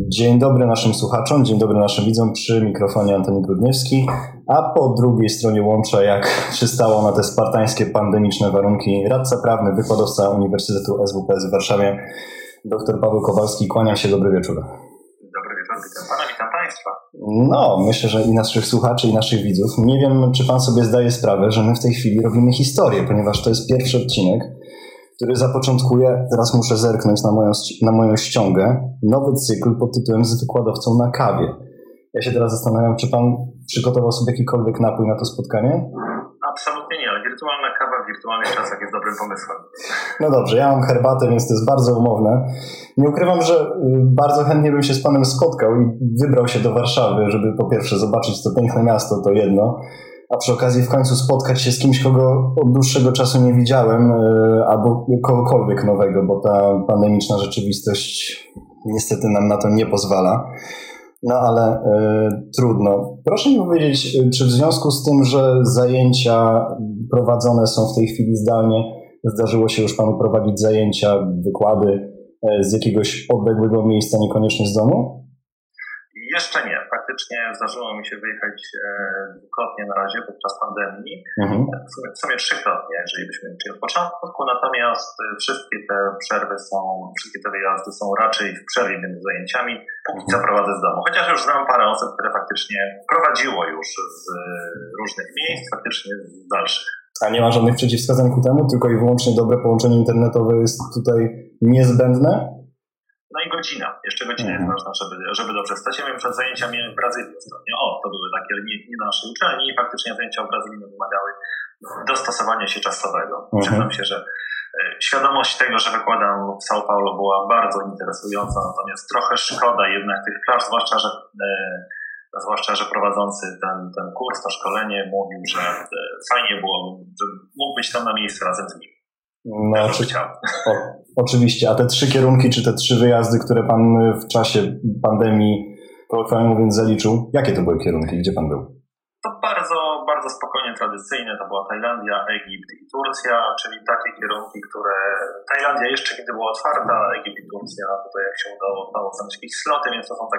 Dzień dobry naszym słuchaczom, dzień dobry naszym widzom, przy mikrofonie Antoni Grudniewski, a po drugiej stronie łącza, jak przystało na te spartańskie pandemiczne warunki, radca prawny, wykładowca Uniwersytetu SWPS w Warszawie, dr Paweł Kowalski. Kłaniam się, dobry wieczór. Dobry wieczór, witam pana, witam państwa. No, myślę, że i naszych słuchaczy, i naszych widzów. Nie wiem, czy pan sobie zdaje sprawę, że my w tej chwili robimy historię, ponieważ to jest pierwszy odcinek, który zapoczątkuje, teraz muszę zerknąć na moją ściągę, nowy cykl pod tytułem Z wykładowcą na kawie. Ja się teraz zastanawiam, czy pan przygotował sobie jakikolwiek napój na to spotkanie? Absolutnie nie, ale wirtualna kawa w wirtualnych czasach jest dobrym pomysłem. No dobrze, ja mam herbatę, więc to jest bardzo umowne. Nie ukrywam, że bardzo chętnie bym się z panem spotkał i wybrał się do Warszawy, żeby po pierwsze zobaczyć to piękne miasto, to jedno, a przy okazji w końcu spotkać się z kimś, kogo od dłuższego czasu nie widziałem, albo kogokolwiek nowego, bo ta pandemiczna rzeczywistość niestety nam na to nie pozwala. No ale trudno. Proszę mi powiedzieć, czy w związku z tym, że zajęcia prowadzone są w tej chwili zdalnie, zdarzyło się już panu prowadzić zajęcia, wykłady z jakiegoś odległego miejsca, niekoniecznie z domu? Jeszcze nie. Faktycznie zdarzyło mi się wyjechać dwukrotnie na razie podczas pandemii. W sumie trzykrotnie, jeżeli byśmy liczyli od początku. Natomiast wszystkie te przerwy wszystkie te wyjazdy są raczej w przerwie między zajęciami. Póki co prowadzę z domu. Chociaż już znam parę osób, które faktycznie prowadziło już z różnych miejsc, faktycznie z dalszych. A nie ma żadnych przeciwwskazań ku temu? Tylko i wyłącznie dobre połączenie internetowe jest tutaj niezbędne? No i godzina. Jeszcze godzina jest ważna, żeby dobrze stać. Ja miałem przed zajęciami w Brazylii ostatnio. To były takie, nie na naszej uczelni i faktycznie zajęcia w Brazylii wymagały dostosowania się czasowego. Przyznam się, że świadomość tego, że wykładam w São Paulo była bardzo interesująca, natomiast trochę szkoda jednak tych plaż, zwłaszcza, że prowadzący ten kurs, to szkolenie mówił, że fajnie było, że mógł być tam na miejscu razem z nim. No, oczywiście, a te 3 kierunki, czy te 3 wyjazdy, które pan w czasie pandemii, kolokwialnie mówiąc, zaliczył, jakie to były kierunki, gdzie pan był? To bardzo, bardzo spokojnie tradycyjne, to była Tajlandia, Egipt i Turcja, czyli takie kierunki, które Tajlandia jeszcze kiedy była otwarta, Egipt i Turcja, tutaj jak się udało znaleźć jakieś sloty, więc to są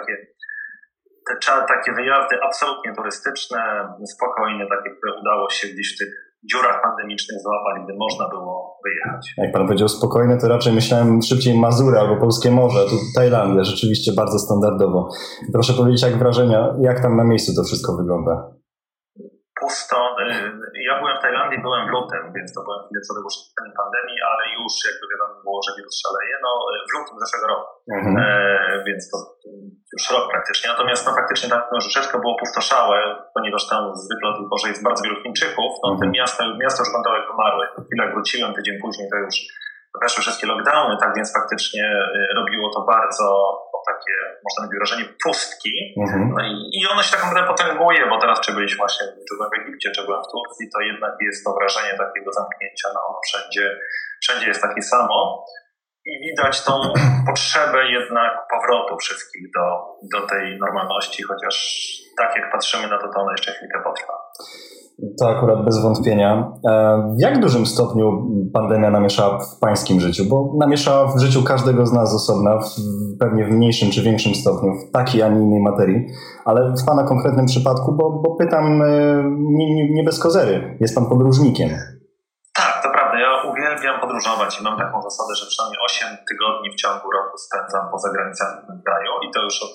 takie wyjazdy absolutnie turystyczne, spokojne, takie, które udało się gdzieś w tych dziurach pandemicznych złapać, gdy można było wyjechać. Jak pan powiedział spokojne, to raczej myślałem szybciej Mazury albo Polskie Morze, tu Tajlandia, rzeczywiście bardzo standardowo. Proszę powiedzieć, jak wrażenia, jak tam na miejscu to wszystko wygląda? Pusto. Ja byłem w Tajlandii, byłem w lutym, więc to byłem chwilę co do ogłoszenia pandemii, ale już jakby wiadomo było, że wirus szaleje, w lutym zeszłego roku. Więc to już rok praktycznie. Natomiast faktycznie tam troszeczkę było pustoszałe, ponieważ tam zwykle o tej porze jest bardzo wielu Chińczyków. Te miasta już wyglądały jak wymarły. Chwilę jak wróciłem, tydzień później to już weszły wszystkie lockdowny, tak więc faktycznie robiło to bardzo takie, można mieć wrażenie, pustki. No i ono się tak naprawdę potęguje, bo teraz czy byliśmy właśnie, czy byłem w Egipcie, czy byłem w Turcji, to jednak jest to wrażenie takiego zamknięcia, ono wszędzie jest takie samo. I widać tą potrzebę jednak powrotu wszystkich do tej normalności, chociaż tak jak patrzymy na to ona jeszcze chwilkę potrwa. To akurat bez wątpienia. W jak dużym stopniu pandemia namieszała w pańskim życiu? Bo namieszała w życiu każdego z nas osobna, pewnie w mniejszym czy większym stopniu, w takiej, a nie innej materii. Ale w pana konkretnym przypadku, bo pytam nie bez kozery. Jest pan podróżnikiem. Tak, to prawda. Ja uwielbiam podróżować i mam taką zasadę, że przynajmniej 8 tygodni w ciągu roku spędzam poza granicami kraju i to już od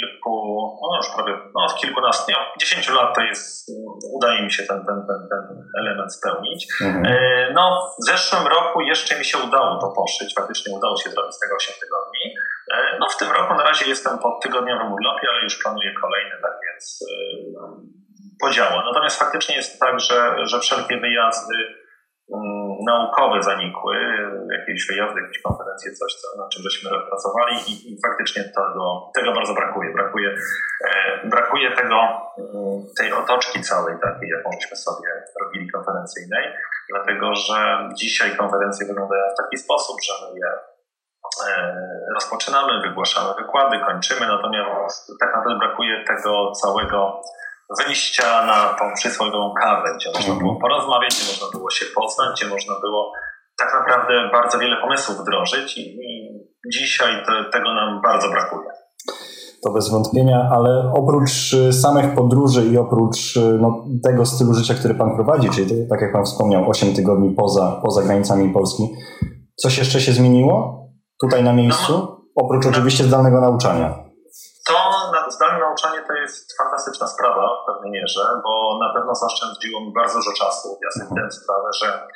od kilkunastu, 10 lat to jest, udaje mi się ten element spełnić. W zeszłym roku jeszcze mi się udało to poszyć, faktycznie udało się zrobić z tego 8 tygodni. W tym roku na razie jestem po tygodniowym urlopie, ale już planuję kolejny, tak więc podziała. Natomiast faktycznie jest tak, że wszelkie wyjazdy naukowe zanikły, jakieś wyjazdy, jakieś konferencje, coś, nad czym żeśmy pracowali i faktycznie tego bardzo brakuje. Brakuje tej otoczki całej takiej, jaką żeśmy sobie robili konferencyjnej, dlatego że dzisiaj konferencje wyglądają w taki sposób, że my je rozpoczynamy, wygłaszamy wykłady, kończymy, natomiast tak naprawdę brakuje tego całego wyjścia na tą przysłowiową kawę, gdzie można było porozmawiać, gdzie można było się poznać, gdzie można było tak naprawdę bardzo wiele pomysłów wdrożyć i dzisiaj tego nam bardzo brakuje. To bez wątpienia, ale oprócz samych podróży i oprócz tego stylu życia, który Pan prowadzi, czyli tak jak Pan wspomniał, 8 tygodni poza granicami Polski, coś jeszcze się zmieniło tutaj na miejscu? Oprócz oczywiście zdalnego nauczania. To zdalne nauczanie to jest fantastyczna sprawa w pewnej mierze, bo na pewno zaoszczędziło mi bardzo dużo czasu. Ja sobie zdałem sprawę, że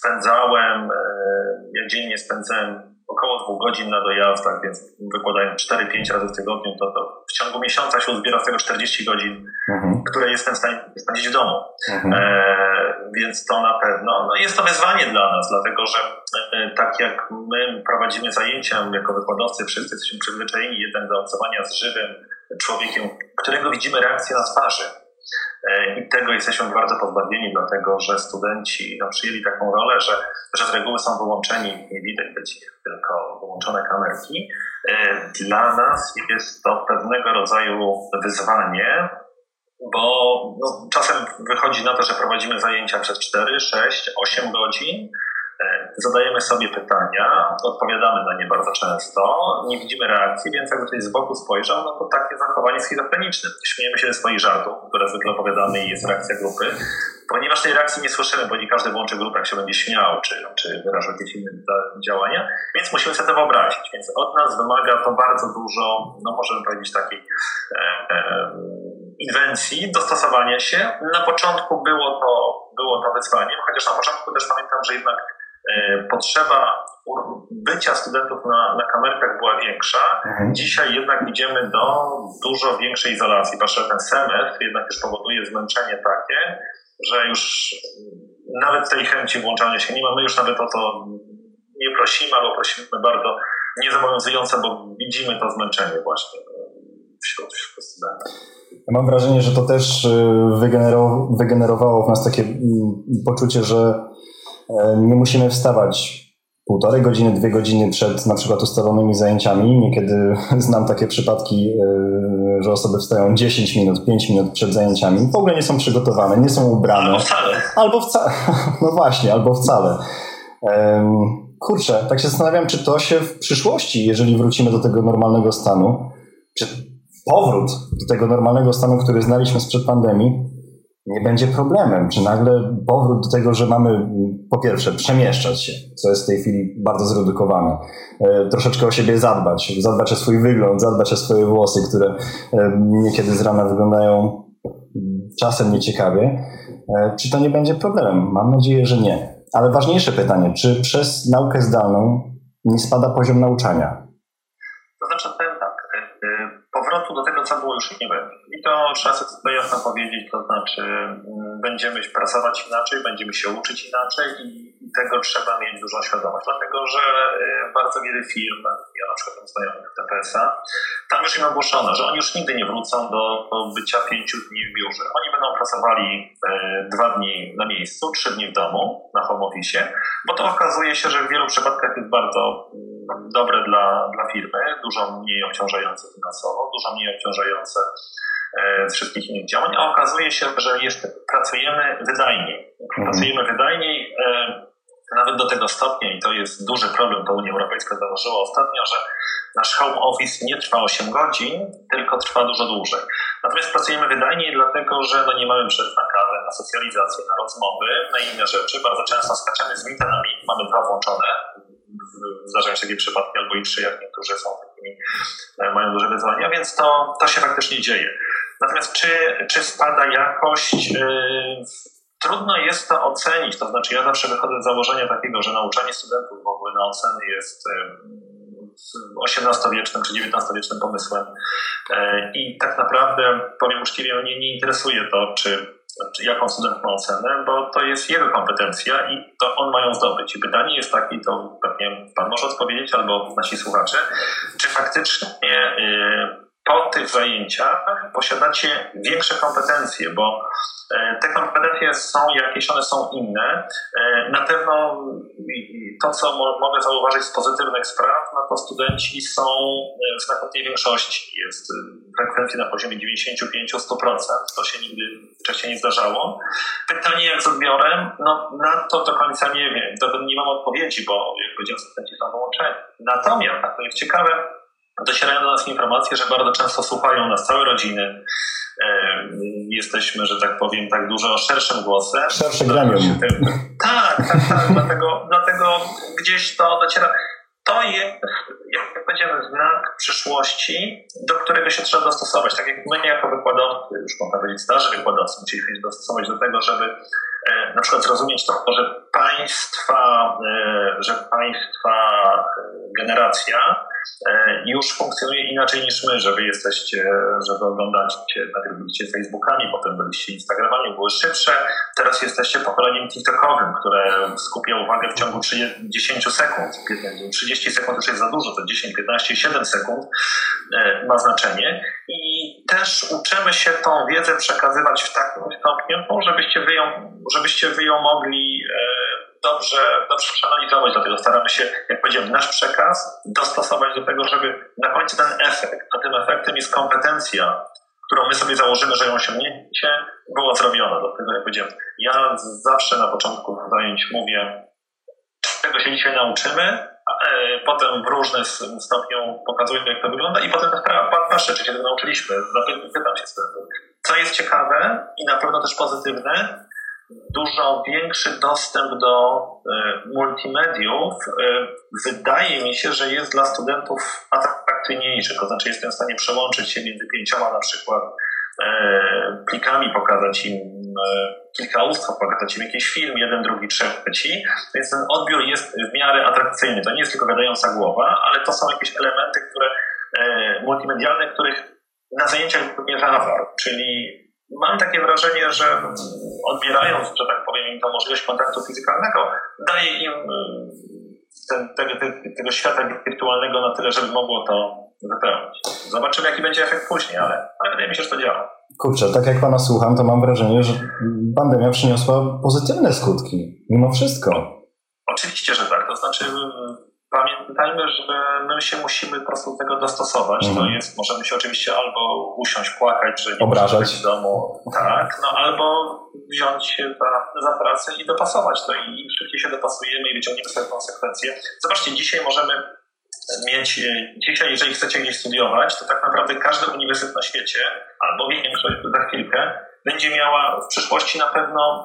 ja dziennie spędzałem około 2 godzin na dojazdach, więc wykładając 4-5 razy w tygodniu, to w ciągu miesiąca się uzbiera z tego 40 godzin, które jestem w stanie spędzić w domu. Więc to na pewno jest to wyzwanie dla nas, dlatego że tak jak my prowadzimy zajęcia jako wykładowcy, wszyscy jesteśmy przyzwyczajeni jednak do obcowania z żywym człowiekiem, którego widzimy reakcję na twarzy. I tego jesteśmy bardzo pozbawieni, dlatego że studenci przyjęli taką rolę, że z reguły są wyłączeni, nie widać tylko wyłączone kamerki. Dla nas jest to pewnego rodzaju wyzwanie, bo czasem wychodzi na to, że prowadzimy zajęcia przez 4, 6, 8 godzin, zadajemy sobie pytania, odpowiadamy na nie bardzo często, nie widzimy reakcji, więc jak ktoś z boku spojrzał, to takie zachowanie schizofreniczne. Śmiejemy się ze swoich żartów, które zwykle opowiadamy i jest reakcja grupy, ponieważ tej reakcji nie słyszymy, bo nie każdy włączy grupę, jak się będzie śmiał, czy wyraża jakieś inne działania, więc musimy sobie to wyobrazić. Więc od nas wymaga to bardzo dużo, możemy powiedzieć takiej inwencji, dostosowania się. Na początku było to wyzwanie, chociaż na początku też pamiętam, że jednak potrzeba bycia studentów na kamerkach była większa. Dzisiaj jednak idziemy do dużo większej izolacji. Patrzę, ten semestr jednak już powoduje zmęczenie takie, że już nawet tej chęci włączania się nie ma. My już nawet o to nie prosimy, albo prosimy bardzo niezobowiązujące, bo widzimy to zmęczenie właśnie wśród studentów. Ja mam wrażenie, że to też wygenerowało w nas takie poczucie, że nie musimy wstawać 1,5 godziny, 2 godziny przed na przykład ustalonymi zajęciami. Niekiedy znam takie przypadki, że osoby wstają 10 minut, 5 minut przed zajęciami. W ogóle nie są przygotowane, nie są ubrane. Albo wcale. No właśnie, albo wcale. Kurczę, tak się zastanawiam, czy to się w przyszłości, jeżeli wrócimy do tego normalnego stanu, czy powrót do tego normalnego stanu, który znaliśmy sprzed pandemii, nie będzie problemem. Czy nagle powrót do tego, że mamy po pierwsze przemieszczać się, co jest w tej chwili bardzo zredukowane, troszeczkę o siebie zadbać o swój wygląd, zadbać o swoje włosy, które niekiedy z rana wyglądają czasem nieciekawie. Czy to nie będzie problemem? Mam nadzieję, że nie. Ale ważniejsze pytanie, czy przez naukę zdalną nie spada poziom nauczania? To znaczy powrotu do tego, co było, już nie będzie. I to trzeba sobie jasno powiedzieć, to znaczy będziemy pracować inaczej, będziemy się uczyć inaczej i tego trzeba mieć dużą świadomość, dlatego że bardzo wiele firm, ja na przykład mam znajomych w TPS-a, tam już im ogłoszono, że oni już nigdy nie wrócą do bycia 5 dni w biurze. Oni będą pracowali 2 dni na miejscu, 3 dni w domu, na home office, bo to okazuje się, że w wielu przypadkach jest bardzo dobre dla firmy, dużo mniej obciążające finansowo, dużo mniej obciążające z wszystkich innych działań, a okazuje się, że pracujemy wydajniej. Pracujemy wydajniej nawet do tego stopnia, i to jest duży problem, to Unia Europejska założyła ostatnio, że nasz home office nie trwa 8 godzin, tylko trwa dużo dłużej. Natomiast pracujemy wydajniej dlatego, że nie mamy przerw na kawę, na socjalizację, na rozmowy, na inne rzeczy. Bardzo często skaczemy z meetingami, mamy 2 włączone. Zdarzają się takie przypadki, albo i 3, jak niektórzy są takimi, mają duże wyzwania, więc to się faktycznie dzieje. Natomiast czy spada jakość? Trudno jest to ocenić, to znaczy ja zawsze wychodzę z założenia takiego, że nauczanie studentów w ogóle na oceny jest XVIII-wiecznym czy XIX-wiecznym pomysłem i tak naprawdę, powiem uczciwie, mnie nie interesuje to, jaką student ma ocenę, bo to jest jego kompetencja i to on ma ją zdobyć. I pytanie jest takie, to pewnie Pan może odpowiedzieć, albo nasi słuchacze, czy faktycznie po tych zajęciach posiadacie większe kompetencje, bo te kompetencje są jakieś, one są inne. Na pewno to, co mogę zauważyć z pozytywnych spraw, to studenci są w znakomitej większości. Jest frekwencja na poziomie 95-100%. To się nigdy wcześniej nie zdarzało. Pytanie jak z odbiorem, na to do końca nie wiem. Nie mam odpowiedzi, bo jak powiedziałem, studenci są wyłączeni. Natomiast, to jest ciekawe, docierają do nas informacje, że bardzo często słuchają nas całe rodziny. Jesteśmy, że tak powiem, tak dużo szerszym głosem. Szersze gremium. Tak. Dlatego gdzieś to dociera. To jest, jak powiedziałem, znak przyszłości, do którego się trzeba dostosować. Tak jak my jako wykładowcy, już można powiedzieć starzy wykładowcy, musieliśmy się dostosować do tego, żeby na przykład zrozumieć to, że państwa generacja już funkcjonuje inaczej niż my, że wy jesteście, żeby oglądacie, najpierw byliście Facebookami, potem byliście Instagramami, były szybsze, teraz jesteście pokoleniem TikTokowym, które skupia uwagę w ciągu 10 sekund. 30 sekund już jest za dużo, to 10, 15, 7 sekund ma znaczenie i też uczymy się tą wiedzę przekazywać w takim stopniu, żebyście wy ją mogli dobrze przeanalizować, dlatego staramy się, jak powiedziałem, nasz przekaz dostosować do tego, żeby na końcu ten efekt, a tym efektem jest kompetencja, którą my sobie założymy, że ją osiągniecie, była zrobiona. Dlatego, jak powiedziałem, ja zawsze na początku zajęć mówię, czego się dzisiaj nauczymy, potem w różnym stopniu pokazuję, jak to wygląda i potem patrzę, czy się tego nauczyliśmy. Pytam się co jest ciekawe i na pewno też pozytywne, dużo większy dostęp do multimediów wydaje mi się, że jest dla studentów atrakcyjniejszy. To znaczy jestem w stanie przełączyć się między 5 na przykład plikami, pokazać im kilka ustaw, pokazać im jakiś film, 1, 2, 3, więc ten odbiór jest w miarę atrakcyjny. To nie jest tylko gadająca głowa, ale to są jakieś elementy, multimedialne, których na zajęciach nie zawarł, czyli mam takie wrażenie, że odbierając, że tak powiem, im tą możliwość kontaktu fizykalnego, daje im tego świata wirtualnego na tyle, żeby mogło to wypełnić. Zobaczymy, jaki będzie efekt później, ale wydaje mi się, że to działa. Kurczę, tak jak pana słucham, to mam wrażenie, że pandemia przyniosła pozytywne skutki, mimo wszystko. Oczywiście, że tak. To znaczy pamiętajmy, że my się musimy po prostu do tego dostosować. To jest, możemy się oczywiście albo usiąść, płakać, że nie obrażać możemy być w domu, tak, albo wziąć się za pracę i dopasować to. I im szybciej się dopasujemy i wyciągniemy sobie konsekwencje. Zobaczcie, dzisiaj możemy mieć, jeżeli chcecie gdzieś studiować, to tak naprawdę każdy uniwersytet na świecie, albo większość za chwilkę, będzie miała w przyszłości na pewno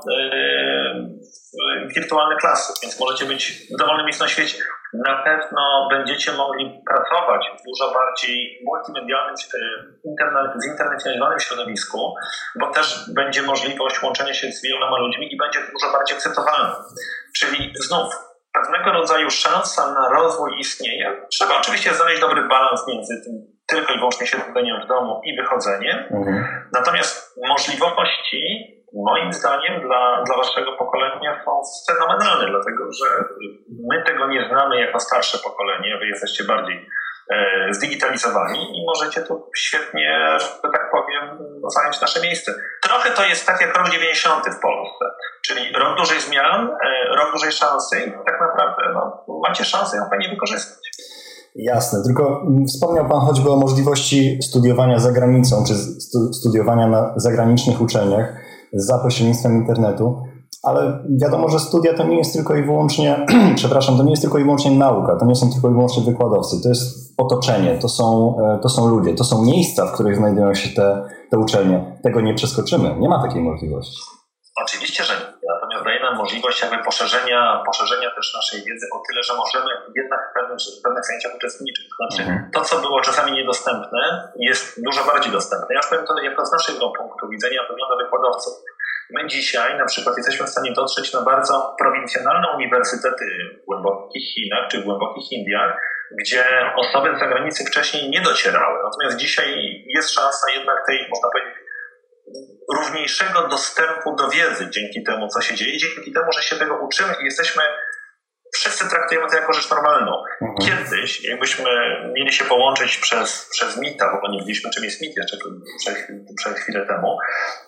wirtualne klasy, więc możecie być w dowolnym miejscu na świecie. Na pewno będziecie mogli pracować w dużo bardziej multimedialnym, zinternacjonalizowanym środowisku, bo też będzie możliwość łączenia się z wieloma ludźmi i będzie to dużo bardziej akceptowalne. Czyli znów pewnego rodzaju szansa na rozwój istnieje. Trzeba oczywiście znaleźć dobry balans między tym tylko i wyłącznie siedzeniem w domu i wychodzeniem. Natomiast możliwości, moim zdaniem, dla waszego pokolenia są fenomenalne, dlatego że my tego nie znamy jako starsze pokolenie, wy jesteście bardziej zdigitalizowani i możecie tu świetnie, że tak powiem, zająć nasze miejsce. Trochę to jest tak jak rok 90 w Polsce, czyli rok dużej zmian, rok dużej szansy i tak naprawdę macie szansę ją fajnie wykorzystać. Jasne, tylko wspomniał pan choćby o możliwości studiowania za granicą, czy studiowania na zagranicznych uczelniach za pośrednictwem internetu, ale wiadomo, że studia to nie jest tylko i wyłącznie, to nie jest tylko i wyłącznie nauka, to nie są tylko i wyłącznie wykładowcy, to jest otoczenie, to są ludzie, to są miejsca, w których znajdują się te uczelnie. Tego nie przeskoczymy, nie ma takiej możliwości. Oczywiście, że nie. Natomiast daje nam możliwość jakby poszerzenia też naszej wiedzy o tyle, że możemy jednak w pewnych zajęciach uczestniczyć. To znaczy, to, co było czasami niedostępne, jest dużo bardziej dostępne. Ja powiem to, jak to z naszego punktu widzenia wygląda wykładowców. My dzisiaj na przykład jesteśmy w stanie dotrzeć na bardzo prowincjonalne uniwersytety w głębokich Chinach czy w głębokich Indiach, gdzie osoby z zagranicy wcześniej nie docierały. Natomiast dzisiaj jest szansa jednak tej, można powiedzieć, równiejszego dostępu do wiedzy dzięki temu, co się dzieje, dzięki temu, że się tego uczymy i wszyscy traktujemy to jako rzecz normalną. Kiedyś, jakbyśmy mieli się połączyć przez Meeta, bo nie wiedzieliśmy, czym jest Meet jeszcze przed chwilę temu,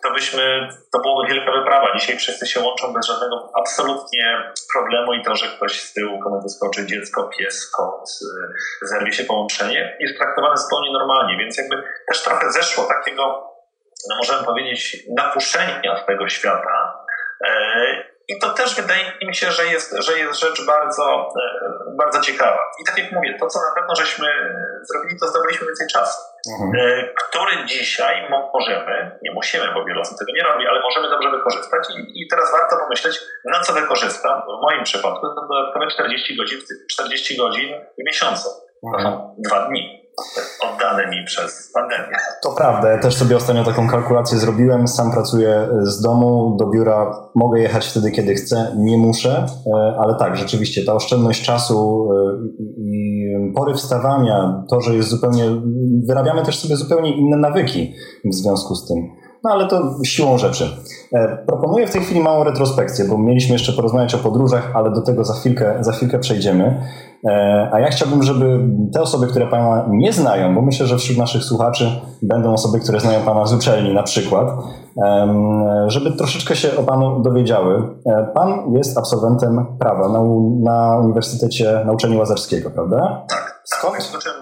to byłoby wielka wyprawa. Dzisiaj wszyscy się łączą bez żadnego absolutnie problemu i to, że ktoś z tyłu komuś wyskoczy dziecko, pies, kot, zerwie się połączenie, jest traktowane zupełnie normalnie, więc jakby też trochę zeszło takiego, możemy powiedzieć, napuszczenia z tego świata I to też wydaje mi się, że jest rzecz bardzo, bardzo ciekawa. I tak jak mówię, to co na pewno żeśmy zrobili, to zdobyliśmy więcej czasu, który dzisiaj możemy, nie musimy, bo wiele osób tego nie robi, ale możemy dobrze wykorzystać i teraz warto pomyśleć, na co wykorzystam. W moim przypadku to dodatkowe 40 godzin w miesiącu. To są 2 dni oddane mi przez pandemię. To prawda, ja też sobie ostatnio taką kalkulację zrobiłem, sam pracuję z domu, do biura mogę jechać wtedy, kiedy chcę, nie muszę, ale tak, rzeczywiście ta oszczędność czasu i pory wstawania, to, że jest zupełnie, wyrabiamy też sobie zupełnie inne nawyki w związku z tym. No ale to siłą rzeczy. Proponuję w tej chwili małą retrospekcję, bo mieliśmy jeszcze porozmawiać o podróżach, ale do tego za chwilkę przejdziemy. A ja chciałbym, żeby te osoby, które Pana nie znają, bo myślę, że wśród naszych słuchaczy będą osoby, które znają Pana z uczelni na przykład, żeby troszeczkę się o Panu dowiedziały. Pan jest absolwentem prawa na Uniwersytecie, na uczelni Łazarskiego, prawda? Tak. Skąd?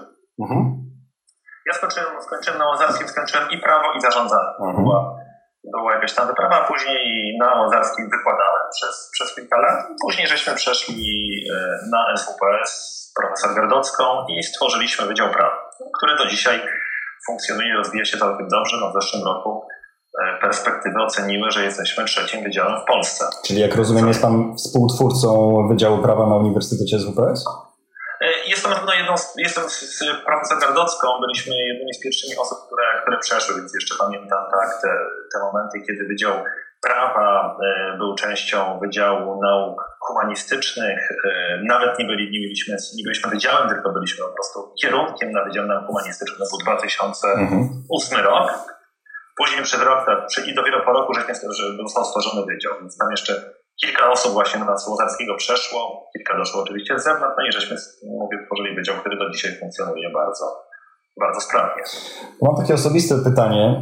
Ja skończyłem na Łazarskim, skończyłem i prawo, i zarządzanie. Była jakaś tam wyprawa, a później na Łazarskim wykładałem przez kilka lat. Później żeśmy przeszli na SWPS z profesor Gardocką i stworzyliśmy Wydział Prawa, który do dzisiaj funkcjonuje, rozwija się całkiem dobrze. No w zeszłym roku perspektywy oceniły, że jesteśmy 3. wydziałem w Polsce. Czyli jak rozumiem, jest Pan współtwórcą Wydziału Prawa na Uniwersytecie SWPS? Jestem na pewno jestem z profesor Gardocką, byliśmy jednymi z pierwszymi osób, które przeszły, więc jeszcze pamiętam tak te momenty, kiedy Wydział Prawa był częścią Wydziału Nauk Humanistycznych. Nawet nie byliśmy wydziałem, tylko byliśmy po prostu kierunkiem na Wydział Nauk Humanistycznych. To był 2008 rok. Później przez rok i dopiero po roku że został stworzony wydział, więc tam jeszcze kilka osób właśnie na Łazarskiego przeszło, kilka doszło oczywiście z zewnątrz, no i żeśmy tworzyli wydział, który do dzisiaj funkcjonuje bardzo, bardzo sprawnie. Mam takie osobiste pytanie,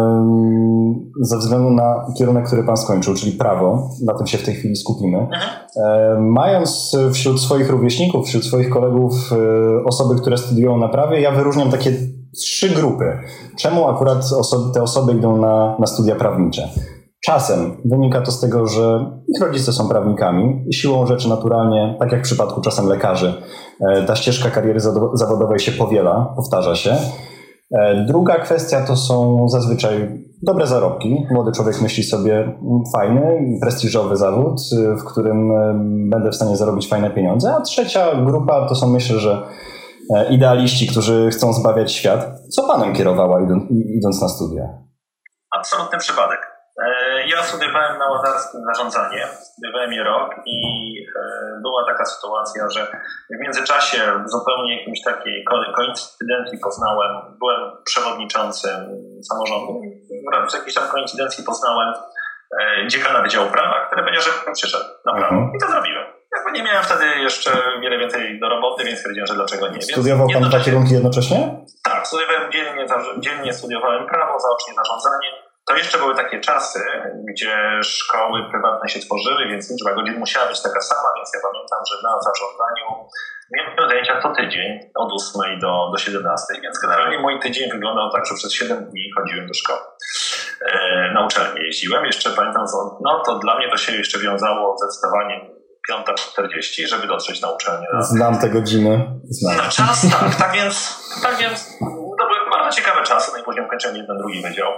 ze względu na kierunek, który Pan skończył, czyli prawo, na tym się w tej chwili skupimy. Mając wśród swoich rówieśników, wśród swoich kolegów osoby, które studiują na prawie, ja wyróżniam takie 3 grupy. Czemu akurat te osoby idą na studia prawnicze? Czasem wynika to z tego, że ich rodzice są prawnikami i siłą rzeczy naturalnie, tak jak w przypadku czasem lekarzy, ta ścieżka kariery zawodowej się powiela, powtarza się. Druga kwestia to są zazwyczaj dobre zarobki. Młody człowiek myśli sobie fajny, prestiżowy zawód, w którym będę w stanie zarobić fajne pieniądze. A trzecia grupa to są, myślę, że idealiści, którzy chcą zbawiać świat. Co Panem kierowała idąc na studia? Absolutny przypadek. Ja studiowałem na Łazarskim zarządzanie, studiowałem je rok i była taka sytuacja, że w międzyczasie zupełnie jakimś takiej koincydencji byłem przewodniczącym samorządu, w jakiejś tam koincydencji poznałem dziekana Wydziału Prawa, który powiedział, że przyszedł na prawo i to zrobiłem. Jakby nie miałem wtedy jeszcze wiele więcej do roboty, więc stwierdziłem, że dlaczego nie. Studiował Pan 2 kierunki jednocześnie? Tak, studiowałem dziennie studiowałem prawo, zaocznie zarządzanie. To jeszcze były takie czasy, gdzie szkoły prywatne się tworzyły, więc liczba godzin musiała być taka sama, więc ja pamiętam, że na zarządzaniu miałem zajęcia co tydzień od 8 do 17, więc generalnie mój tydzień wyglądał tak, że przez 7 dni chodziłem do szkoły. Na uczelnię jeździłem, jeszcze pamiętam, no to dla mnie to się jeszcze wiązało zdecydowanie 5:40, żeby dotrzeć na uczelnię. Znam te godziny. Na czas, tak więc to były bardzo ciekawe czasy, no i później ukończyłem jeden, drugi wydział.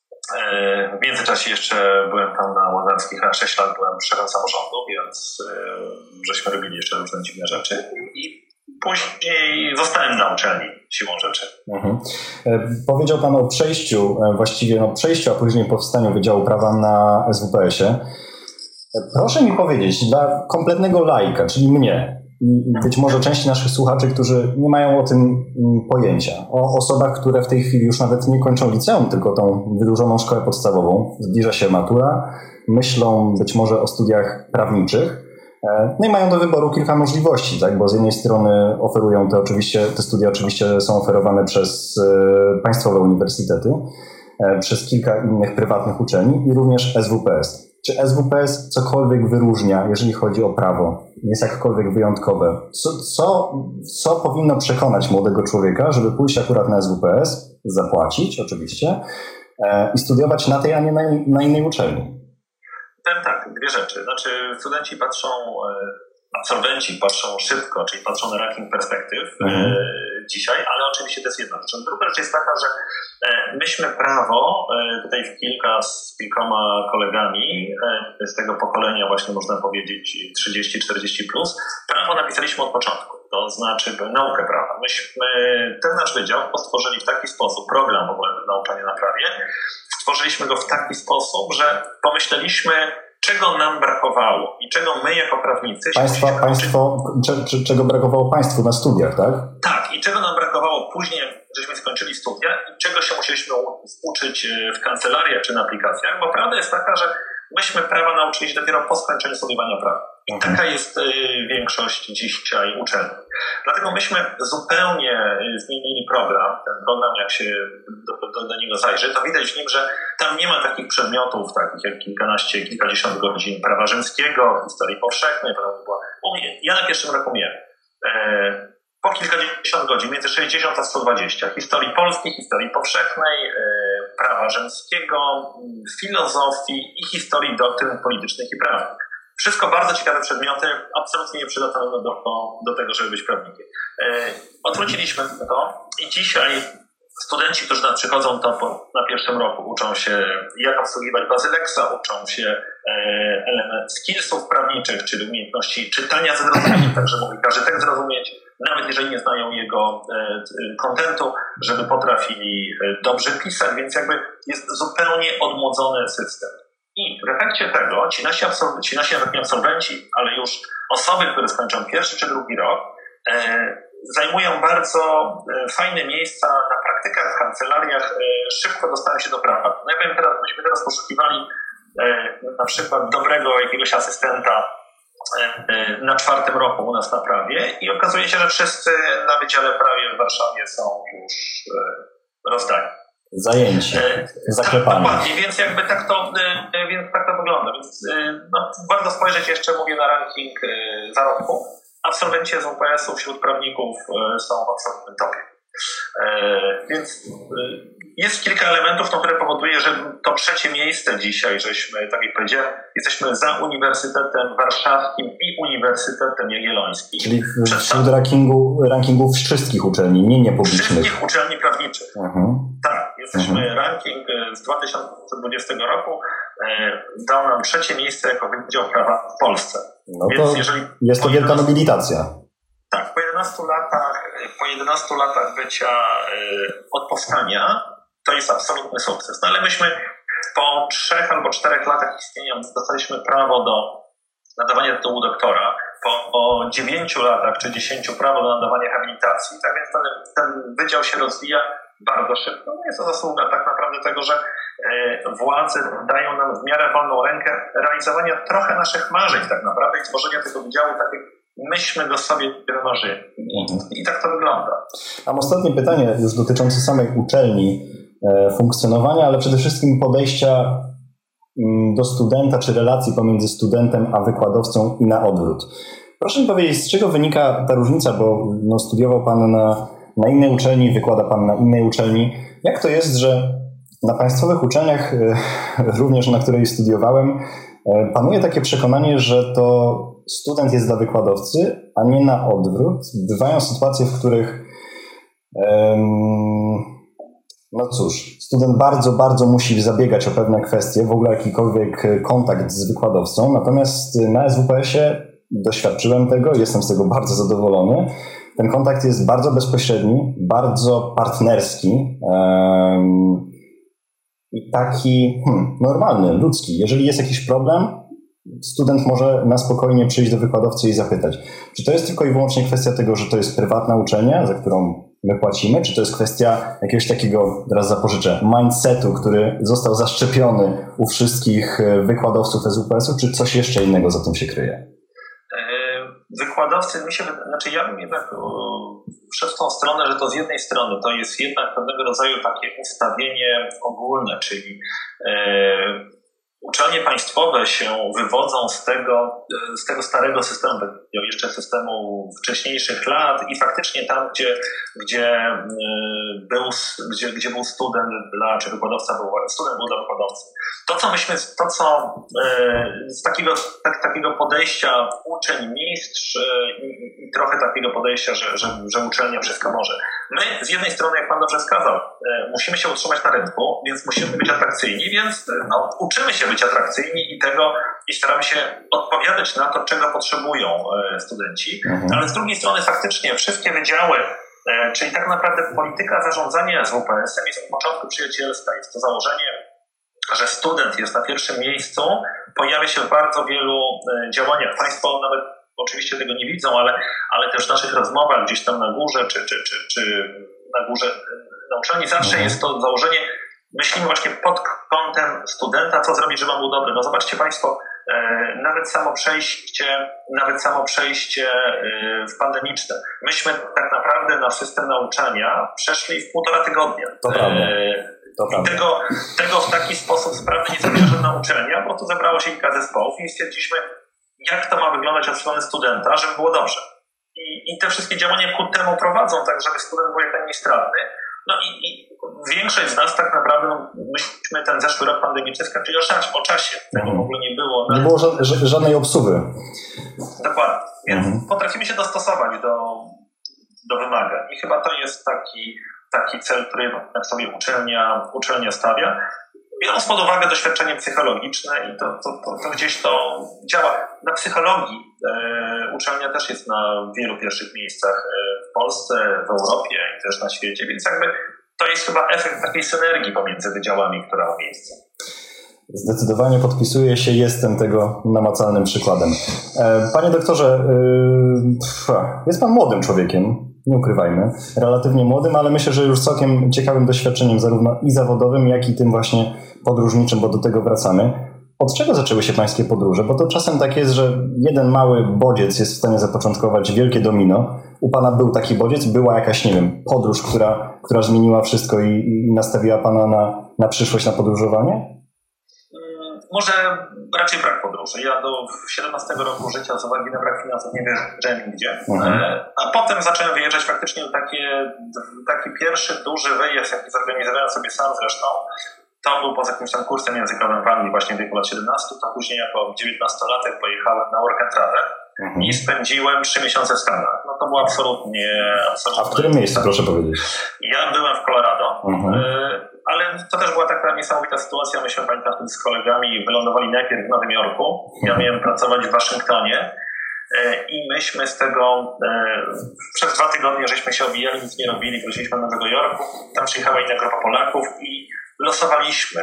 W międzyczasie jeszcze byłem tam na Łazarskich, na 6 lat byłem szefem samorządu, więc żeśmy robili jeszcze różne dziwne rzeczy i później zostałem na uczelni siłą rzeczy. Powiedział Pan o przejściu, a później powstaniu Wydziału Prawa na SWPS-ie. Proszę mi powiedzieć, dla kompletnego laika, czyli mnie, i być może części naszych słuchaczy, którzy nie mają o tym pojęcia, o osobach, które w tej chwili już nawet nie kończą liceum, tylko tą wydłużoną szkołę podstawową, zbliża się matura, myślą być może o studiach prawniczych, no i mają do wyboru kilka możliwości, tak? Bo z jednej strony oferują te studia oczywiście są oferowane przez państwowe uniwersytety, przez kilka innych prywatnych uczelni i również SWPS. Czy SWPS cokolwiek wyróżnia, jeżeli chodzi o prawo? Jest jakkolwiek wyjątkowe? Co powinno przekonać młodego człowieka, żeby pójść akurat na SWPS, zapłacić oczywiście i studiować na tej, a nie na innej uczelni? Powiem tak, dwie rzeczy. Znaczy absolwenci patrzą szybko, czyli patrzą na ranking perspektyw dzisiaj, ale oczywiście to jest jedna rzecz. Druga rzecz jest taka, że myśmy prawo tutaj z kilkoma kolegami z tego pokolenia właśnie można powiedzieć 30-40+, prawo napisaliśmy od początku, to znaczy naukę prawa. Myśmy ten nasz wydział stworzyli w taki sposób, program w ogóle nauczania na prawie, stworzyliśmy go w taki sposób, że pomyśleliśmy, czego nam brakowało i czego my jako prawnicy... Czego brakowało państwu na studiach, tak? Tak, i czego nam brakowało później, żeśmy skończyli studia i czego się musieliśmy uczyć w kancelariach czy na aplikacjach, bo prawda jest taka, że myśmy prawa nauczyli się dopiero po skończeniu studiowania prawa. I taka jest większość dzisiaj uczelni. Dlatego myśmy zupełnie zmienili program. Ten program, jak się do niego zajrzy, to widać w nim, że tam nie ma takich przedmiotów, takich jak kilkadziesiąt godzin prawa rzymskiego, historii powszechnej. Ja na pierwszym roku miałem po kilkadziesiąt godzin, między 60 a 120. Historii polskiej, historii powszechnej, prawa rzymskiego, filozofii i historii doktryn politycznych i prawnych. Wszystko bardzo ciekawe przedmioty, absolutnie nieprzydatne do tego, żeby być prawnikiem. Odwróciliśmy to i dzisiaj studenci, którzy przychodzą na pierwszym roku, uczą się jak obsługiwać Bazylexa, uczą się skillsów prawniczych, czyli umiejętności czytania ze zrozumieniem, tak że mogli każdy tekst zrozumieć, nawet jeżeli nie znają jego kontentu, żeby potrafili dobrze pisać, więc jakby jest zupełnie odmłodzony system. I w efekcie tego ci nasi nawet nie absolwenci, ale już osoby, które skończą pierwszy czy drugi rok, zajmują bardzo fajne miejsca na praktykach w kancelariach, szybko dostają się do prawa. No ja powiem myśmy teraz poszukiwali na przykład dobrego jakiegoś asystenta na 4. roku u nas na prawie i okazuje się, że wszyscy na Wydziale Prawie w Warszawie są już rozdani. Zajęci, zaklepani. Dokładnie, więc jakby tak to wygląda. Więc warto spojrzeć jeszcze, mówię, na ranking zarobku. Absolwenci z UPS-u wśród prawników są w absolutnym topie. Więc jest kilka elementów, które powoduje, że to 3. miejsce dzisiaj, żeśmy, tak jak powiedziałem, jesteśmy za Uniwersytetem Warszawskim i Uniwersytetem Jagiellońskim. Czyli wśród rankingów wszystkich uczelni, nie publicznych. Wszystkich uczelni prawniczych. Tak, jesteśmy ranking z 2020 roku, dał nam 3. miejsce jako Wydział Prawa w Polsce. No to więc jest to wielka nobilitacja. Tak, po 11 latach bycia od powstania to jest absolutny sukces. No ale myśmy po 3 albo 4 latach istnienia dostaliśmy prawo do nadawania tytułu doktora, po 9 latach czy 10 prawo do nadawania habilitacji. Tak więc ten wydział się rozwija bardzo szybko. No jest to zasługa tak naprawdę tego, że władze dają nam w miarę wolną rękę realizowania trochę naszych marzeń tak naprawdę i tworzenia tego wydziału tak jak myśmy go sobie wymarzyli. I tak to wygląda. Mam ostatnie pytanie już dotyczące samej uczelni, funkcjonowania, ale przede wszystkim podejścia do studenta, czy relacji pomiędzy studentem a wykładowcą i na odwrót. Proszę mi powiedzieć, z czego wynika ta różnica, bo studiował Pan na innej uczelni, wykłada Pan na innej uczelni. Jak to jest, że na państwowych uczelniach, również na której studiowałem, panuje takie przekonanie, że to student jest dla wykładowcy, a nie na odwrót. Bywają sytuacje, w których no cóż, student bardzo, bardzo musi zabiegać o pewne kwestie, w ogóle jakikolwiek kontakt z wykładowcą. Natomiast na SWPS-ie doświadczyłem tego, jestem z tego bardzo zadowolony. Ten kontakt jest bardzo bezpośredni, bardzo partnerski i taki normalny, ludzki. Jeżeli jest jakiś problem, student może na spokojnie przyjść do wykładowcy i zapytać, czy to jest tylko i wyłącznie kwestia tego, że to jest prywatna uczelnia, za którą my płacimy, czy to jest kwestia jakiegoś takiego, teraz zapożyczę, mindsetu, który został zaszczepiony u wszystkich wykładowców SWPS-u, czy coś jeszcze innego za tym się kryje? Wykładowcy, ja bym jednak szedł w tą stronę, że to z jednej strony to jest jednak pewnego rodzaju takie ustawienie ogólne, czyli uczelnie państwowe się wywodzą z tego starego systemu, jeszcze systemu wcześniejszych lat i faktycznie tam, gdzie był student czy wykładowca student był dla wykładowcy. Z takiego podejścia uczeń, mistrz i trochę takiego podejścia, że uczelnia wszystko może. My z jednej strony, jak pan dobrze wskazał, musimy się utrzymać na rynku, więc musimy być atrakcyjni, więc uczymy się być atrakcyjni i staramy się odpowiadać na to, czego potrzebują studenci, ale z drugiej strony faktycznie wszystkie wydziały, czyli tak naprawdę polityka zarządzania SWPS-em jest od początku przyjacielska. Jest to założenie, że student jest na pierwszym miejscu, pojawia się w bardzo wielu działaniach. Państwo nawet oczywiście tego nie widzą, ale też w naszych rozmowach gdzieś tam na górze, czy na górze na uczelni zawsze jest to założenie, myślimy właśnie pod kątem studenta, co zrobić, żeby on był dobry. No zobaczcie Państwo, nawet samo przejście w pandemiczne. Myśmy tak naprawdę na system nauczania przeszli w 1,5 tygodnia. To prawda. I tego w taki sposób sprawnie nie zrobiła żadna uczelnia, bo tu zebrało się kilka zespołów i stwierdziliśmy, jak to ma wyglądać od strony studenta, żeby było dobrze. I te wszystkie działania ku temu prowadzą, tak żeby student był jak najmniej stratny. No i większość z nas tak naprawdę, myśmy ten zeszły rok pandemiczny skończyli o czasie. Tego w ogóle nie było. Nie było żadnej obsługi. Dokładnie. Więc potrafimy się dostosować do wymagań. I chyba to jest taki cel, który jednak sobie uczelnia stawia. Biorąc pod uwagę doświadczenie psychologiczne i to gdzieś to działa. Na psychologii uczelnia też jest na wielu pierwszych miejscach w Polsce, w Europie i też na świecie, więc jakby to jest chyba efekt takiej synergii pomiędzy wydziałami, która ma miejsce. Zdecydowanie podpisuję się, jestem tego namacalnym przykładem. Panie doktorze, jest pan młodym człowiekiem, nie ukrywajmy, relatywnie młodym, ale myślę, że już całkiem ciekawym doświadczeniem zarówno i zawodowym, jak i tym właśnie podróżniczym, bo do tego wracamy. Od czego zaczęły się pańskie podróże? Bo to czasem tak jest, że jeden mały bodziec jest w stanie zapoczątkować wielkie domino. U pana był taki bodziec? Była jakaś, nie wiem, podróż, która zmieniła wszystko i nastawiła pana na przyszłość, na podróżowanie? Może raczej brak podróży. Ja do 17 roku życia z uwagi na brak finansów nie wyjeżdżałem nigdzie. A potem zacząłem wyjeżdżać faktycznie taki pierwszy duży wyjazd, jaki zorganizowałem sobie sam zresztą. To był poza jakimś tam kursem językowym w Anglii właśnie w wieku lat 17, to później jako 19-latek pojechałem na work and travel i spędziłem 3 miesiące w Stanach. No to było absolutnie... A w którym miejscu, proszę powiedzieć? Ja byłem w Colorado, ale to też była taka niesamowita sytuacja. Myśmy, pamiętam, wtedy z kolegami wylądowali najpierw w Nowym Jorku. Ja miałem pracować w Waszyngtonie i myśmy z tego przez 2 tygodnie żeśmy się obijali, nic nie robili, wróciliśmy do Nowego Jorku. Tam przyjechała inna grupa Polaków i losowaliśmy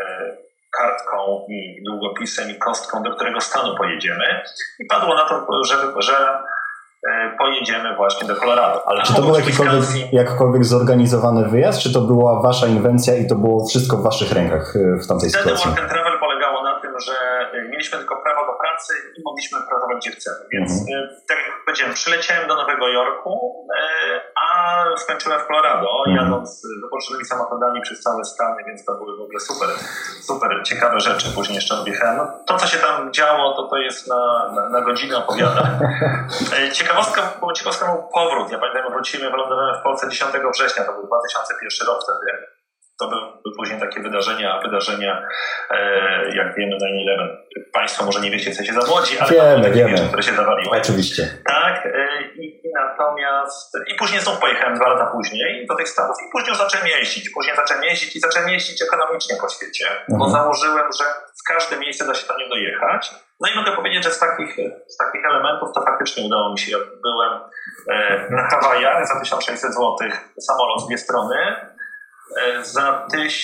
kartką i długopisem i kostką, do którego stanu pojedziemy. I padło na to, że pojedziemy właśnie do Colorado. Ale czy to był jakkolwiek zorganizowany wyjazd, czy to była wasza inwencja i to było wszystko w waszych rękach w tamtej sytuacji? Wtedy work and travel polegało na tym, że mieliśmy tylko prawo do pracy i mogliśmy pracować gdzie chcemy. Więc tak jak powiedziałem, przyleciałem do Nowego Jorku, a skończyłem w Colorado, jadąc wypoczynnymi samochodami przez całe Stany, więc to były w ogóle super ciekawe rzeczy. Później jeszcze odjechałem. No, to, co się tam działo, to jest na godzinę opowiada. Ciekawostką był powrót. Ja pamiętam, wróciliśmy, wylądowałem w Polsce 10 września, to był 2001 rok wtedy. To były później takie wydarzenia, jak wiemy, 9/11. Państwo może nie wiecie, co się za młodzi, ale wiemy. Rzeczy, które się zawaliły. Oczywiście. Tak, i później znów pojechałem 2 lata później do tych Stanów i później już zacząłem jeździć ekonomicznie po świecie, bo założyłem, że w każde miejsce da się tam nie dojechać. No i mogę powiedzieć, że z takich elementów to faktycznie udało mi się. Ja byłem na Hawajach za 1600 zł samolot w 2 strony. Za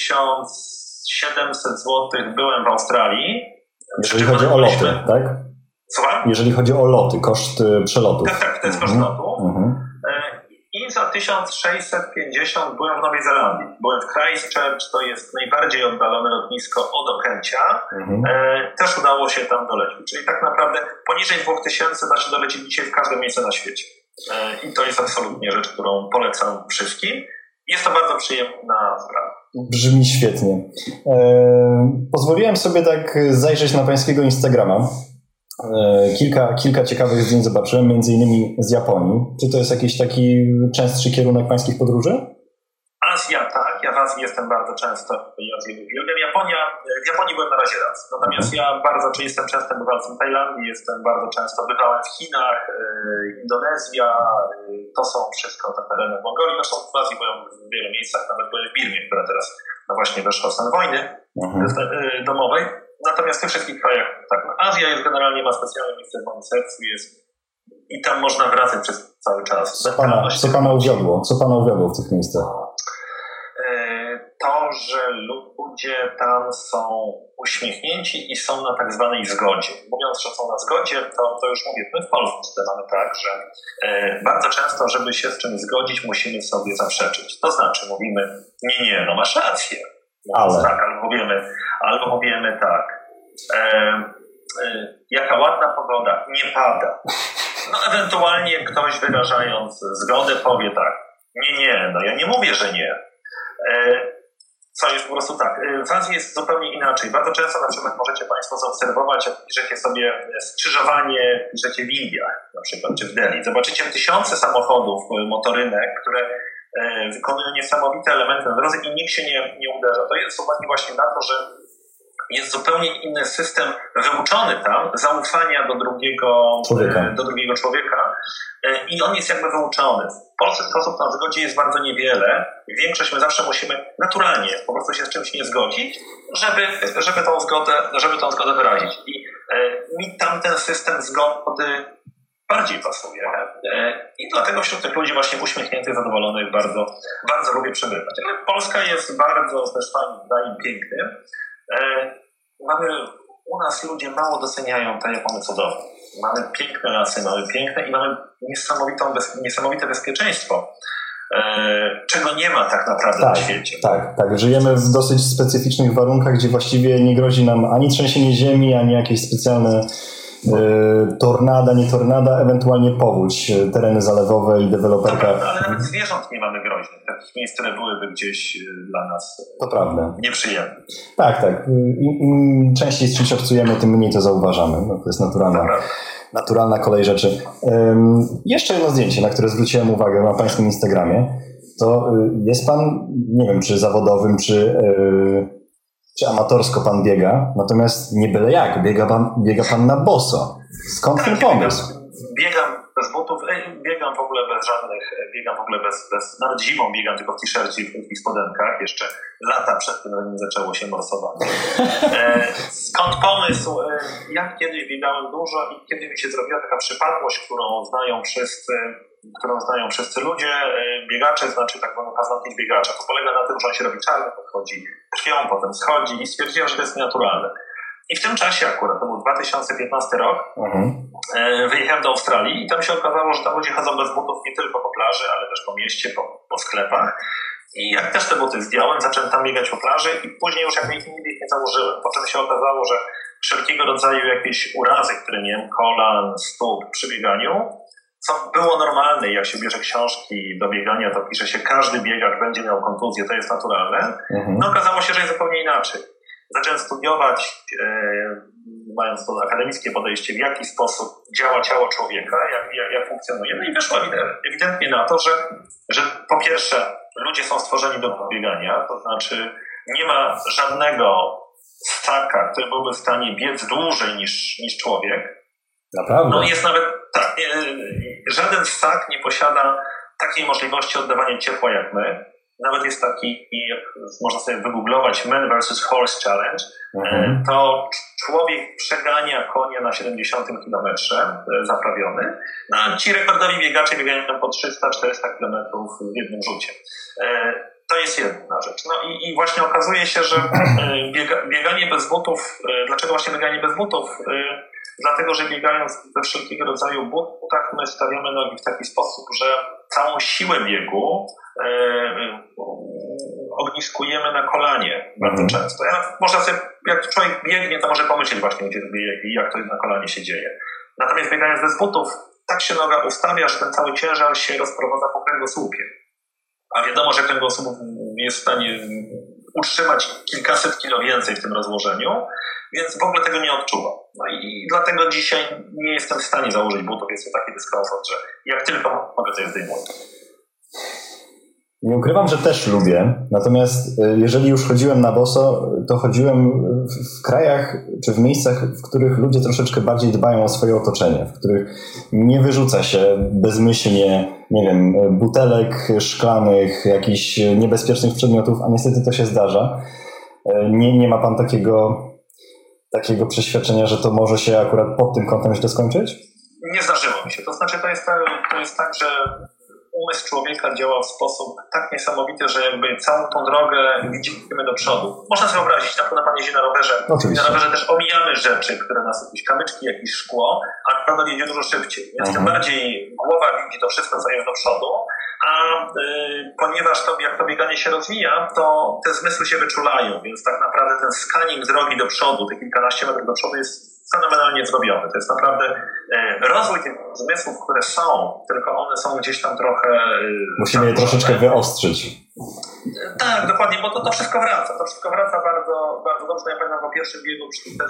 1700 zł byłem w Australii. Jeżeli chodzi o loty, tak? Słucham? Jeżeli chodzi o loty, koszt przelotu. Tak, to jest koszt lotu. I za 1650 byłem w Nowej Zelandii. Byłem w Christchurch, to jest najbardziej oddalone lotnisko od Okęcia. Też udało się tam dolecieć. Czyli tak naprawdę poniżej 2000 da się dolecieć dzisiaj w każde miejsce na świecie. I to jest absolutnie rzecz, którą polecam wszystkim. Jest to bardzo przyjemna sprawa. Brzmi świetnie. Pozwoliłem sobie tak zajrzeć na pańskiego Instagrama. Kilka ciekawych zdjęć zobaczyłem, między innymi z Japonii. Czy to jest jakiś taki częstszy kierunek pańskich podróży? Azja, tak. Ja w Azji jestem bardzo często. W Japonii byłem na razie raz. Natomiast ja jestem częstym bywalcem w Tajlandii, jestem bardzo często bywałem w Chinach, Indonezja, to są wszystko te tereny w Mongolii. Zresztą w Azji byłem w wielu miejscach, nawet byłem w Birmie, która teraz właśnie weszła w stan wojny domowej. Natomiast w tych wszystkich krajach, tak, Azja jest generalnie, ma specjalne miejsce w moim sercu, i tam można wracać przez cały czas. Co pana uwiodło w tych miejscach? To, że ludzie tam są uśmiechnięci i są na tak zwanej zgodzie. Mówiąc, że są na zgodzie, to już mówię, my w Polsce mamy tak, że bardzo często, żeby się z czymś zgodzić, musimy sobie zaprzeczyć. To znaczy mówimy, nie, no masz rację. Ale. Tak, albo mówimy tak. Jaka ładna pogoda, nie pada. No ewentualnie ktoś wyrażając zgodę powie tak. Nie, no ja nie mówię, że nie. Co jest po prostu tak. W Azji jest zupełnie inaczej. Bardzo często na przykład możecie Państwo zaobserwować, jak piszecie sobie skrzyżowanie, piszecie w Indiach, na przykład, czy w Delhi. Zobaczycie tysiące samochodów, motorynek, które wykonują niesamowite elementy na drodze i nikt się nie uderza. To jest uwagi właśnie na to, że jest zupełnie inny system wyuczony tam zaufania do drugiego człowieka i on jest jakby wyuczony. W Polsce sposób na zgodzie jest bardzo niewiele. Większość my zawsze musimy naturalnie po prostu się z czymś nie zgodzić, żeby tą zgodę wyrazić. I mi tam ten system zgody bardziej pasuje. I dlatego wśród tych ludzi właśnie uśmiechniętych, zadowolonych bardzo, bardzo lubię przebywać. Ale Polska jest bardzo też fajnym, pięknym. U nas ludzie mało doceniają te Japony cudowne. Mamy piękne lasy, i mamy niesamowite bezpieczeństwo, czego nie ma tak naprawdę na świecie. Tak. Żyjemy w dosyć specyficznych warunkach, gdzie właściwie nie grozi nam ani trzęsienie ziemi, ani jakieś specjalne nie tornada, ewentualnie powódź, tereny zalewowe i deweloperka. Ale nawet zwierząt nie mamy groźnych. Takich miejsc, które byłyby gdzieś dla nas nieprzyjemne. Tak. Im częściej z czymś obcujemy, tym mniej to zauważamy. No, to jest naturalna kolej rzeczy. Jeszcze jedno zdjęcie, na które zwróciłem uwagę na pańskim Instagramie. To jest pan, nie wiem, czy zawodowym, czy amatorsko pan biega, natomiast nie byle jak, biega pan na boso. Skąd ten pomysł? Biegam bez butów, biegam w ogóle bez nawet zimą biegam tylko w t-shircie i w krótkich spodenkach, jeszcze lata przed tym, zanim zaczęło się morsowanie. Skąd pomysł? Ja kiedyś biegałem dużo i kiedy mi się zrobiła taka przypadłość, którą znają wszyscy ludzie, biegacze, znaczy tak zwany paznokieć biegacza. To polega na tym, że on się robi czarny, podchodzi krwią, potem schodzi i stwierdziłem, że to jest nienaturalne. I w tym czasie akurat, to był 2015 rok, wyjechałem do Australii i tam się okazało, że tam ludzie chodzą bez butów nie tylko po plaży, ale też po mieście, po sklepach. I jak też te buty zdjąłem, zacząłem tam biegać po plaży i później już jak ich nigdy nie założyłem. Po czym się okazało, że wszelkiego rodzaju jakieś urazy, które nie wiem, kolan, stóp przy bieganiu, co było normalne, jak się bierze książki do biegania, to pisze się, każdy biegacz będzie miał kontuzję, to jest naturalne. No okazało się, że jest zupełnie inaczej. Zacząłem studiować, mając to akademickie podejście, w jaki sposób działa ciało człowieka, jak funkcjonuje. No i wyszło ewidentnie na to, że po pierwsze ludzie są stworzeni do biegania, to znaczy nie ma żadnego ssaka, który byłby w stanie biec dłużej niż człowiek. Naprawdę? No jest nawet tak, żaden ssak nie posiada takiej możliwości oddawania ciepła jak my. Nawet jest taki, można sobie wygooglować, Man vs. Horse Challenge. To człowiek przegania konia na 70 kilometrze zaprawiony. No a ci rekordowi biegacze biegają po 300-400 kilometrów w jednym rzucie. To jest jedna rzecz. No i właśnie okazuje się, że bieganie bez butów, dlaczego właśnie bieganie bez butów? Dlatego, że biegając we wszelkiego rodzaju butach, my stawiamy nogi w taki sposób, że całą siłę biegu ogniskujemy na kolanie bardzo często. Można sobie, jak człowiek biegnie, to może pomyśleć właśnie, gdzie biegnie i jak to na kolanie się dzieje. Natomiast biegając bez butów, tak się noga ustawia, że ten cały ciężar się rozprowadza po kręgosłupie. A wiadomo, że kręgosłup jest w stanie utrzymać kilkaset kilo więcej w tym rozłożeniu, więc w ogóle tego nie odczuwam. No i dlatego dzisiaj nie jestem w stanie założyć butów, jest to taki dyskomfort, że jak tylko mogę, to je zdejmuję. Nie ukrywam, że też lubię, natomiast jeżeli już chodziłem na boso, to chodziłem w krajach czy w miejscach, w których ludzie troszeczkę bardziej dbają o swoje otoczenie, w których nie wyrzuca się bezmyślnie, nie wiem, butelek szklanych, jakichś niebezpiecznych przedmiotów, a niestety to się zdarza. Nie ma pan takiego przeświadczenia, że to może się akurat pod tym kątem źle skończyć? Nie zdarzyło mi się. To znaczy to jest tak, że umysł człowieka działa w sposób tak niesamowity, że jakby całą tą drogę widzimy do przodu. Można sobie wyobrazić, na przykład pan jeździ na rowerze. Oczywiście. Na rowerze też omijamy rzeczy, które nas, jakieś kamyczki, jakieś szkło, a rower jedzie dużo szybciej. Więc tym bardziej głowa widzi to wszystko, co jest do przodu, a ponieważ jak to bieganie się rozwija, to te zmysły się wyczulają, więc tak naprawdę ten scanning drogi do przodu, te kilkanaście metrów do przodu jest fenomenalnie zrobiony. To jest naprawdę rozwój tych zmysłów, które są, tylko one są gdzieś tam trochę... Musimy je troszeczkę wyostrzyć. Tak, dokładnie, bo to wszystko wraca. To wszystko wraca bardzo, bardzo dobrze. Ja pamiętam po pierwszym biegu,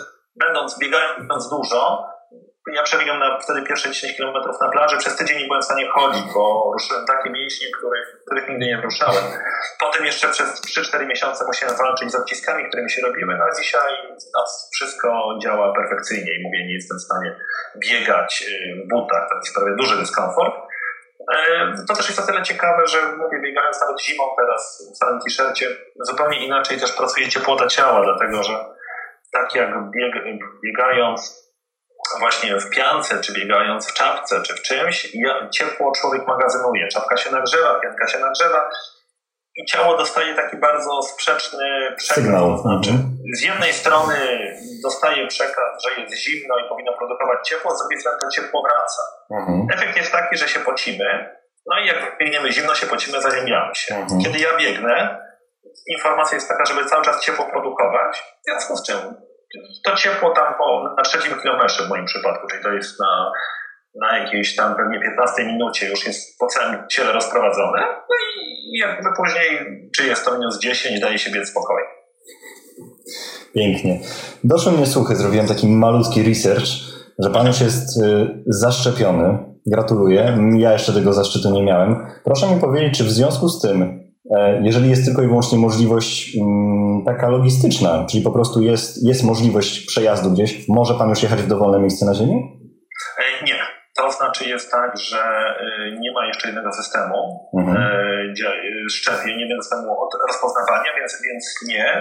biegając dużo, ja przebiegam wtedy pierwsze 10 km na plaży. Przez tydzień nie byłem w stanie chodzić, bo ruszyłem takie mięśnie, których nigdy nie ruszałem. Potem jeszcze przez 3-4 miesiące musiałem walczyć z odciskami, którymi się robiły, no a dzisiaj wszystko działa perfekcyjnie i mówię, nie jestem w stanie biegać w butach. To sprawia duży dyskomfort. To też jest o tyle ciekawe, że mówię, biegając nawet zimą teraz w całym t-shircie, zupełnie inaczej też pracuje ciepłota ciała, dlatego że tak jak biegając właśnie w piance, czy biegając w czapce, czy w czymś, ciepło człowiek magazynuje. Czapka się nagrzewa, pianka się nagrzewa i ciało dostaje taki bardzo sprzeczny przekaz. To znaczy, z jednej strony dostaje przekaz, że jest zimno i powinno produkować ciepło, z drugiej strony to ciepło wraca. Efekt jest taki, że się pocimy, no i jak biegniemy zimno, się pocimy, zaziębiamy się. Kiedy ja biegnę, informacja jest taka, żeby cały czas ciepło produkować, w związku z czym to ciepło tam na 3 kilometrze w moim przypadku, czyli to jest na jakiejś tam pewnie 15 minucie już jest po całym ciele rozprowadzone. No i jakby później, czy jest to -10, daje się biec spokojnie. Pięknie. Doszły mnie słuchy, zrobiłem taki malutki research, że pan już jest zaszczepiony. Gratuluję. Ja jeszcze tego zaszczytu nie miałem. Proszę mi powiedzieć, czy w związku z tym, jeżeli jest tylko i wyłącznie możliwość taka logistyczna, czyli po prostu jest możliwość przejazdu gdzieś, może pan już jechać w dowolne miejsce na ziemi? Nie. To znaczy jest tak, że nie ma jeszcze jednego systemu szczepień, jednego systemu od rozpoznawania, więc nie.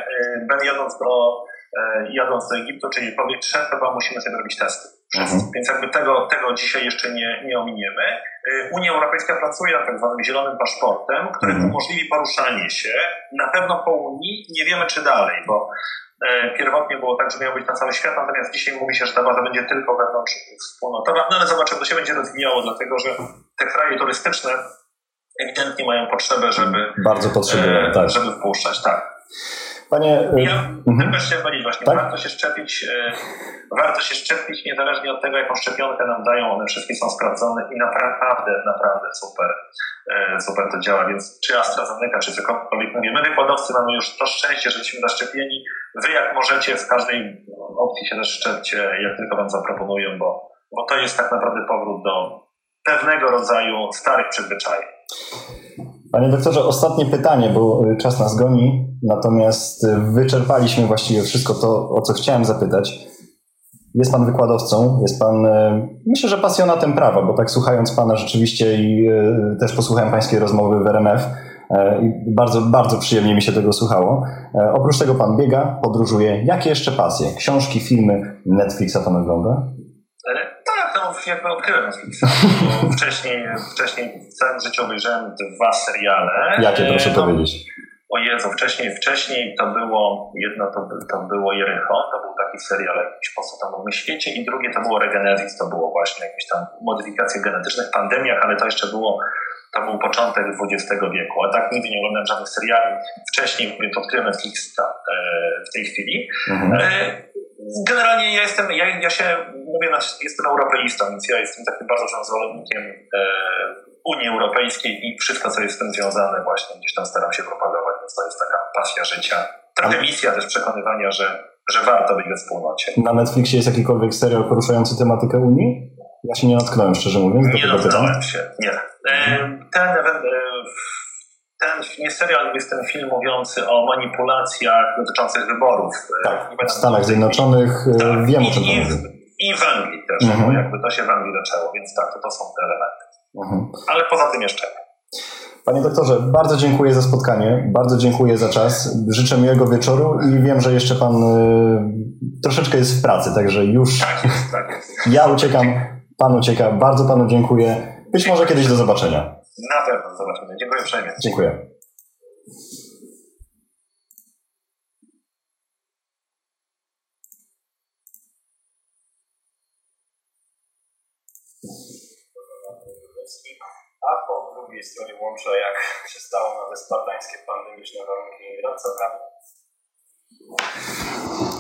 Jadąc do Egiptu, czyli powietrze, chyba musimy sobie robić testy. Więc jakby tego dzisiaj jeszcze nie ominiemy. Unia Europejska pracuje nad tak zwanym zielonym paszportem, który umożliwi poruszanie się na pewno po Unii. Nie wiemy, czy dalej, bo pierwotnie było tak, że miał być na cały świat, natomiast dzisiaj mówi się, że ta baza będzie tylko wewnątrz wspólnotowa. No ale zobaczymy, to się będzie rozwijało, dlatego że te kraje turystyczne ewidentnie mają potrzebę, żeby bardzo potrzebują, tak. Żeby wpuszczać, tak. Panie, ja też chciałem powiedzieć właśnie, tak? Warto się szczepić niezależnie od tego, jaką szczepionkę nam dają, one wszystkie są sprawdzone i naprawdę super to działa, więc czy AstraZeneca, czy cokolwiek mówię, my wykładowcy mamy już to szczęście, że jesteśmy zaszczepieni, wy jak możecie w każdej opcji się też szczepcie, jak tylko wam zaproponują, bo to jest tak naprawdę powrót do pewnego rodzaju starych przyzwyczajeń. Panie doktorze, ostatnie pytanie, bo czas nas goni, natomiast wyczerpaliśmy właściwie wszystko to, o co chciałem zapytać. Jest pan wykładowcą, jest pan, myślę, że pasjonatem prawa, bo tak słuchając pana rzeczywiście i też posłuchałem pańskiej rozmowy w RMF i bardzo, bardzo przyjemnie mi się tego słuchało. Oprócz tego pan biega, podróżuje. Jakie jeszcze pasje? Książki, filmy, Netflixa pan ogląda? Jakby odkryłem Netflixa. Wcześniej w całym życiu obejrzałem 2 seriale. Jakie, proszę powiedzieć? O Jezu, wcześniej to było jedno, to było Jericho, to był taki serial jakiś po totalnym świecie i drugie to było Regenesis, to było właśnie jakieś tam modyfikacje genetycznych, pandemiach, ale to jeszcze to był początek XX wieku, a tak nigdy nie oglądałem żadnych seriali. Wcześniej odkryłem Netflixa w tej chwili. Generalnie jestem europeistą, więc ja jestem takim bardzo dużym zwolennikiem Unii Europejskiej i wszystko, co jest z tym związane, właśnie gdzieś tam staram się propagować, więc to jest taka pasja życia. Trochę misja też przekonywania, że warto być we wspólnocie. Na Netflixie jest jakikolwiek serial poruszający tematykę Unii? Ja się nie natknąłem, szczerze mówiąc. Nie natknąłem się, nie. Ten serial jest ten film mówiący o manipulacjach dotyczących wyborów. Tak, w Stanach Zjednoczonych, tak, wiem o czym to mówię. I w Anglii też, bo jakby to się w Anglii zaczęło, więc tak, to są te elementy. Ale poza tym jeszcze nie. Panie doktorze, bardzo dziękuję za spotkanie, bardzo dziękuję za czas, życzę miłego wieczoru i wiem, że jeszcze pan troszeczkę jest w pracy, także już tak jest. Ja uciekam, pan ucieka, bardzo panu dziękuję, być może kiedyś do zobaczenia. Na pewno, do zobaczenia, dziękuję uprzejmie. Dziękuję. A po drugiej stronie łącza, jak się stało na spartańskie pandemiczne warunki migracyjne.